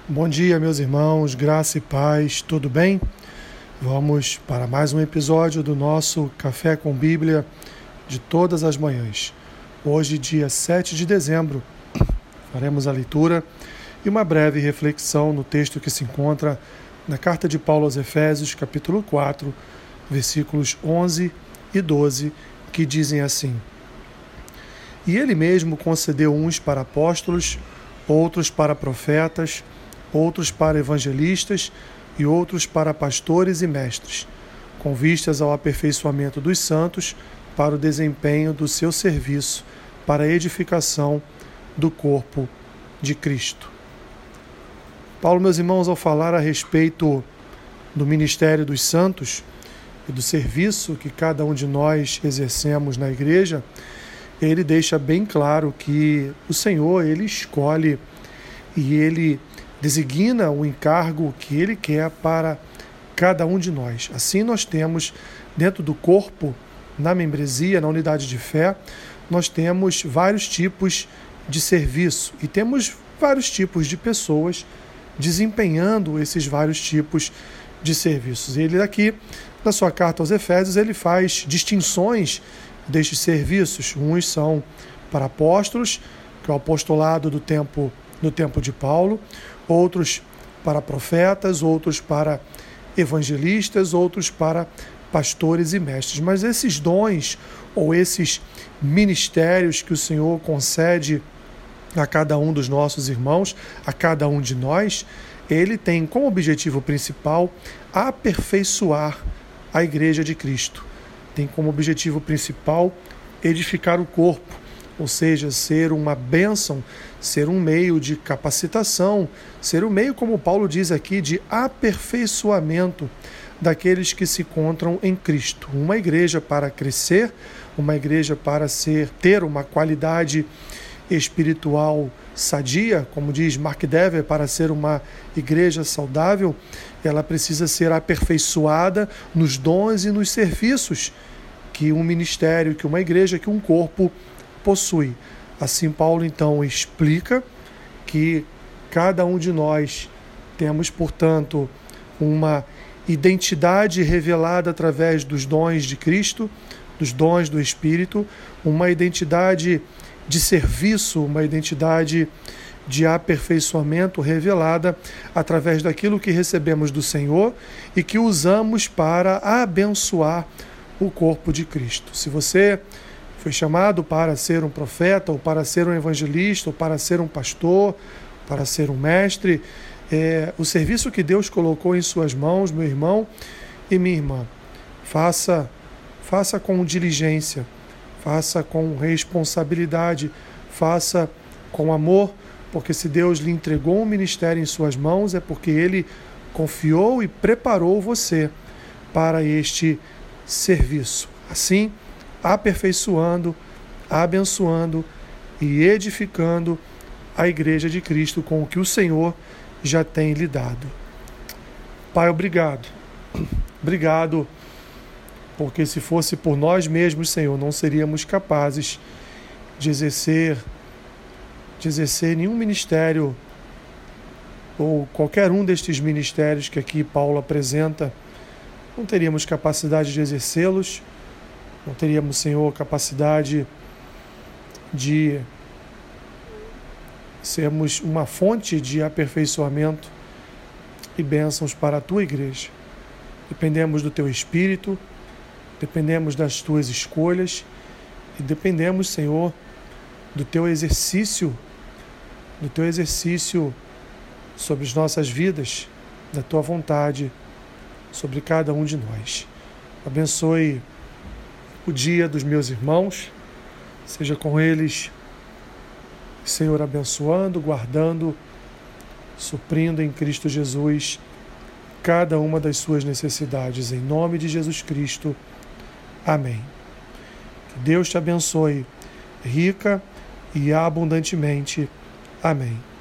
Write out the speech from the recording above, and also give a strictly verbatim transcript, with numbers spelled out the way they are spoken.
Bom dia, meus irmãos, graça e paz, tudo bem? Vamos para mais um episódio do nosso Café com Bíblia de todas as manhãs. Hoje, dia sete de dezembro, faremos a leitura e uma breve reflexão no texto que se encontra na carta de Paulo aos Efésios, capítulo quatro, versículos onze e doze, que dizem assim: E ele mesmo concedeu uns para apóstolos, outros para profetas, outros para evangelistas e outros para pastores e mestres, com vistas ao aperfeiçoamento dos santos, para o desempenho do seu serviço, para a edificação do corpo de Cristo. Paulo, meus irmãos, ao falar a respeito do ministério dos santos e do serviço que cada um de nós exercemos na igreja, ele deixa bem claro que o Senhor, ele escolhe e ele designa o encargo que ele quer para cada um de nós. Assim nós temos dentro do corpo, na membresia, na unidade de fé, nós temos vários tipos de serviço e temos vários tipos de pessoas desempenhando esses vários tipos de serviços. Ele aqui, na sua carta aos Efésios, ele faz distinções destes serviços. Uns são para apóstolos, que é o apostolado do tempo, do tempo de Paulo, outros para profetas, outros para evangelistas, outros para pastores e mestres. Mas esses dons ou esses ministérios que o Senhor concede a cada um dos nossos irmãos, a cada um de nós, ele tem como objetivo principal aperfeiçoar a Igreja de Cristo. Tem como objetivo principal edificar o corpo, ou seja, ser uma bênção, ser um meio de capacitação, ser um meio, como Paulo diz aqui, de aperfeiçoamento daqueles que se encontram em Cristo. Uma igreja para crescer, uma igreja para ser, ter uma qualidade espiritual sadia, como diz Mark Dever, para ser uma igreja saudável, ela precisa ser aperfeiçoada nos dons e nos serviços que um ministério, que uma igreja, que um corpo possui. Assim, Paulo então explica que cada um de nós temos, portanto, uma identidade revelada através dos dons de Cristo, dos dons do Espírito, uma identidade de serviço, uma identidade de aperfeiçoamento revelada através daquilo que recebemos do Senhor e que usamos para abençoar o corpo de Cristo. Se você foi chamado para ser um profeta, ou para ser um evangelista, ou para ser um pastor, para ser um mestre, é, o serviço que Deus colocou em suas mãos, meu irmão e minha irmã, faça, faça com diligência, faça com responsabilidade, faça com amor, porque se Deus lhe entregou um ministério em suas mãos, é porque Ele confiou e preparou você para este serviço. Assim, aperfeiçoando, abençoando e edificando a Igreja de Cristo com o que o Senhor já tem lhe dado. Pai, obrigado. Obrigado, porque se fosse por nós mesmos, Senhor, não seríamos capazes de exercer, de exercer nenhum ministério ou qualquer um destes ministérios que aqui Paulo apresenta. Não teríamos capacidade de exercê-los, não teríamos, Senhor, capacidade de sermos uma fonte de aperfeiçoamento e bênçãos para a Tua Igreja. Dependemos do Teu Espírito, dependemos das Tuas escolhas e dependemos, Senhor, do Teu exercício, do Teu exercício sobre as nossas vidas, da Tua vontade sobre cada um de nós. Abençoe o dia dos meus irmãos, seja com eles, Senhor, abençoando, guardando, suprindo em Cristo Jesus cada uma das suas necessidades, em nome de Jesus Cristo. Amém. Que Deus te abençoe rica e abundantemente. Amém.